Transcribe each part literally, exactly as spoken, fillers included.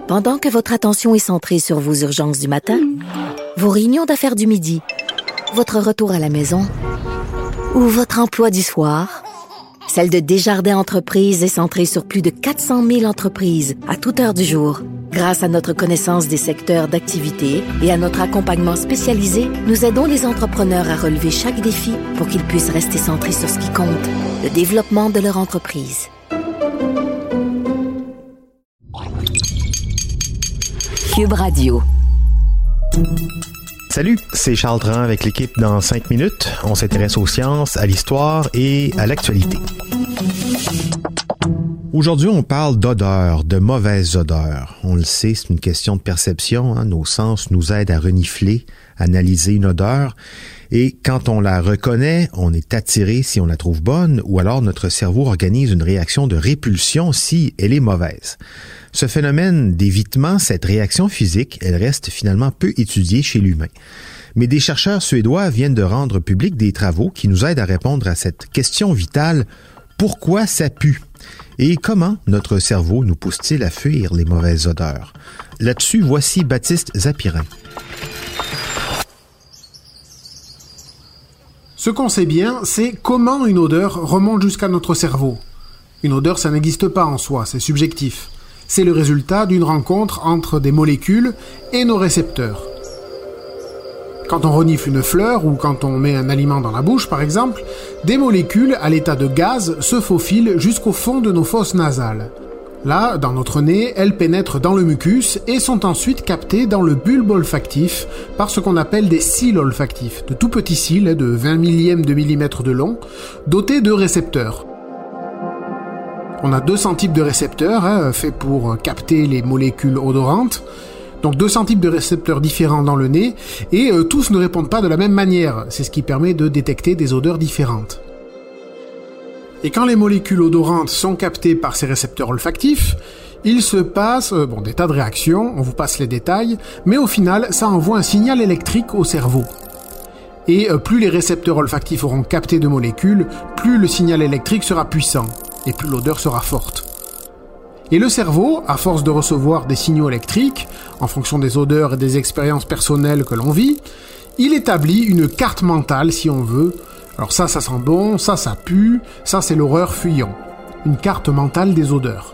Pendant que votre attention est centrée sur vos urgences du matin, vos réunions d'affaires du midi, votre retour à la maison ou votre emploi du soir, celle de Desjardins Entreprises est centrée sur plus de quatre cent mille entreprises à toute heure du jour. Grâce à notre connaissance des secteurs d'activité et à notre accompagnement spécialisé, nous aidons les entrepreneurs à relever chaque défi pour qu'ils puissent rester centrés sur ce qui compte, le développement de leur entreprise. Cube Radio. Salut, c'est Charles Dran avec l'équipe dans cinq minutes. On s'intéresse aux sciences, à l'histoire et à l'actualité. Aujourd'hui, on parle d'odeurs, de mauvaises odeurs. On le sait, c'est une question de perception. Hein? Nos sens nous aident à renifler, à analyser une odeur. Et quand on la reconnaît, on est attiré si on la trouve bonne, ou alors notre cerveau organise une réaction de répulsion si elle est mauvaise. Ce phénomène d'évitement, cette réaction physique, elle reste finalement peu étudiée chez l'humain. Mais des chercheurs suédois viennent de rendre publics des travaux qui nous aident à répondre à cette question vitale « Pourquoi ça pue ?» Et comment notre cerveau nous pousse-t-il à fuir les mauvaises odeurs? Là-dessus, voici Baptiste Zapirin. Ce qu'on sait bien, c'est comment une odeur remonte jusqu'à notre cerveau. Une odeur, ça n'existe pas en soi, c'est subjectif. C'est le résultat d'une rencontre entre des molécules et nos récepteurs. Quand on renifle une fleur ou quand on met un aliment dans la bouche, par exemple, des molécules à l'état de gaz se faufilent jusqu'au fond de nos fosses nasales. Là, dans notre nez, elles pénètrent dans le mucus et sont ensuite captées dans le bulbe olfactif par ce qu'on appelle des cils olfactifs, de tout petits cils de vingt millièmes de millimètre de long, dotés de récepteurs. On a deux cents types de récepteurs, hein, faits pour capter les molécules odorantes. Donc deux cents types de récepteurs différents dans le nez, et euh, tous ne répondent pas de la même manière. C'est ce qui permet de détecter des odeurs différentes. Et quand les molécules odorantes sont captées par ces récepteurs olfactifs, il se passe euh, bon, des tas de réactions, on vous passe les détails, mais au final, ça envoie un signal électrique au cerveau. Et euh, plus les récepteurs olfactifs auront capté de molécules, plus le signal électrique sera puissant, et plus l'odeur sera forte. Et le cerveau, à force de recevoir des signaux électriques, en fonction des odeurs et des expériences personnelles que l'on vit, il établit une carte mentale, si on veut. Alors ça, ça sent bon, ça, ça pue, ça, c'est l'horreur, fuyons. Une carte mentale des odeurs.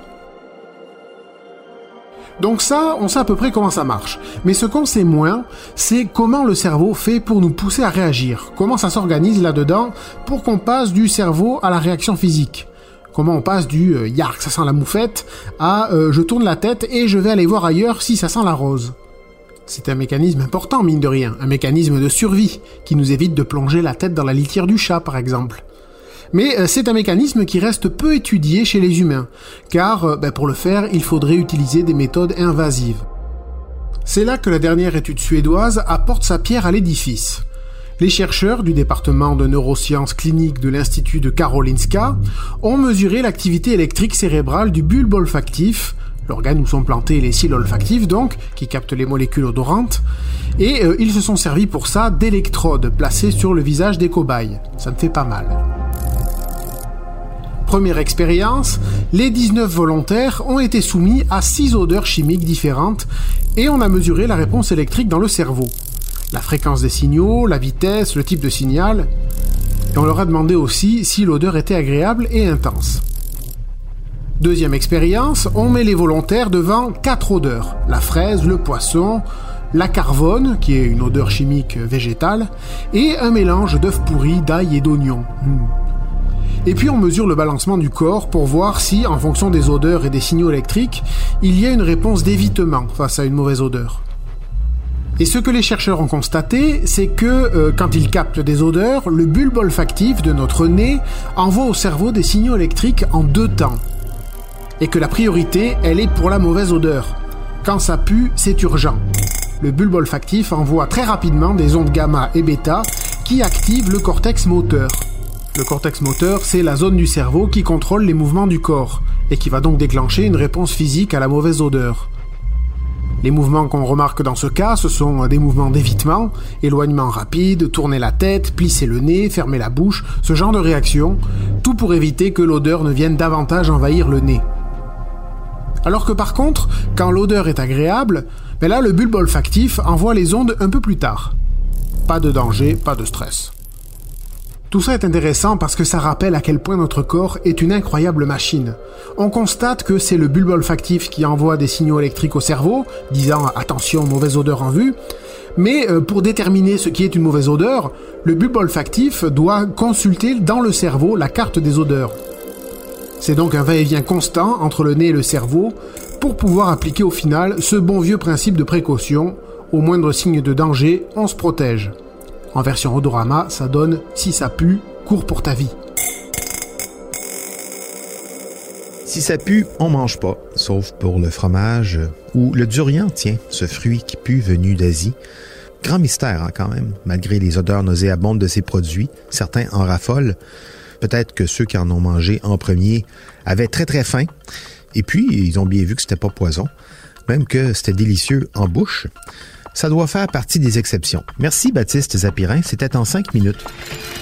Donc ça, on sait à peu près comment ça marche. Mais ce qu'on sait moins, c'est comment le cerveau fait pour nous pousser à réagir. Comment ça s'organise là-dedans pour qu'on passe du cerveau à la réaction physique. Comment on passe du euh, « yark, ça sent la moufette » à euh, « je tourne la tête et je vais aller voir ailleurs si ça sent la rose ». C'est un mécanisme important, mine de rien, un mécanisme de survie qui nous évite de plonger la tête dans la litière du chat, par exemple. Mais euh, c'est un mécanisme qui reste peu étudié chez les humains, car euh, ben, pour le faire, il faudrait utiliser des méthodes invasives. C'est là que la dernière étude suédoise apporte sa pierre à l'édifice. Les chercheurs du département de neurosciences cliniques de l'Institut de Karolinska ont mesuré l'activité électrique cérébrale du bulbe olfactif, l'organe où sont plantés les cils olfactifs donc, qui captent les molécules odorantes, et euh, ils se sont servis pour ça d'électrodes placées sur le visage des cobayes. Ça me fait pas mal. Première expérience, les dix-neuf volontaires ont été soumis à six odeurs chimiques différentes et on a mesuré la réponse électrique dans le cerveau. La fréquence des signaux, la vitesse, le type de signal. Et on leur a demandé aussi si l'odeur était agréable et intense. Deuxième expérience, on met les volontaires devant quatre odeurs. La fraise, le poisson, la carvone, qui est une odeur chimique végétale, et un mélange d'œufs pourris, d'ail et d'oignons. Mmh. Et puis on mesure le balancement du corps pour voir si, en fonction des odeurs et des signaux électriques, il y a une réponse d'évitement face à une mauvaise odeur. Et ce que les chercheurs ont constaté, c'est que euh, quand ils captent des odeurs, le bulbe olfactif de notre nez envoie au cerveau des signaux électriques en deux temps. Et que la priorité, elle est pour la mauvaise odeur. Quand ça pue, c'est urgent. Le bulbe olfactif envoie très rapidement des ondes gamma et bêta qui activent le cortex moteur. Le cortex moteur, c'est la zone du cerveau qui contrôle les mouvements du corps et qui va donc déclencher une réponse physique à la mauvaise odeur. Les mouvements qu'on remarque dans ce cas, ce sont des mouvements d'évitement, éloignement rapide, tourner la tête, plisser le nez, fermer la bouche, ce genre de réaction, tout pour éviter que l'odeur ne vienne davantage envahir le nez. Alors que par contre, quand l'odeur est agréable, ben là le bulbe olfactif envoie les ondes un peu plus tard. Pas de danger, pas de stress. Tout ça est intéressant parce que ça rappelle à quel point notre corps est une incroyable machine. On constate que c'est le bulbe olfactif qui envoie des signaux électriques au cerveau, disant « attention, mauvaise odeur en vue », mais pour déterminer ce qui est une mauvaise odeur, le bulbe olfactif doit consulter dans le cerveau la carte des odeurs. C'est donc un va-et-vient constant entre le nez et le cerveau pour pouvoir appliquer au final ce bon vieux principe de précaution. Au moindre signe de danger, on se protège. En version odorama, ça donne « si ça pue, cours pour ta vie ». Si ça pue, on mange pas, sauf pour le fromage ou le durian, tiens, ce fruit qui pue venu d'Asie. Grand mystère hein, quand même, malgré les odeurs nauséabondes de ces produits, certains en raffolent. Peut-être que ceux qui en ont mangé en premier avaient très très faim, et puis ils ont bien vu que c'était pas poison, même que c'était délicieux en bouche. Ça doit faire partie des exceptions. Merci Baptiste Zapirin, c'était en cinq minutes.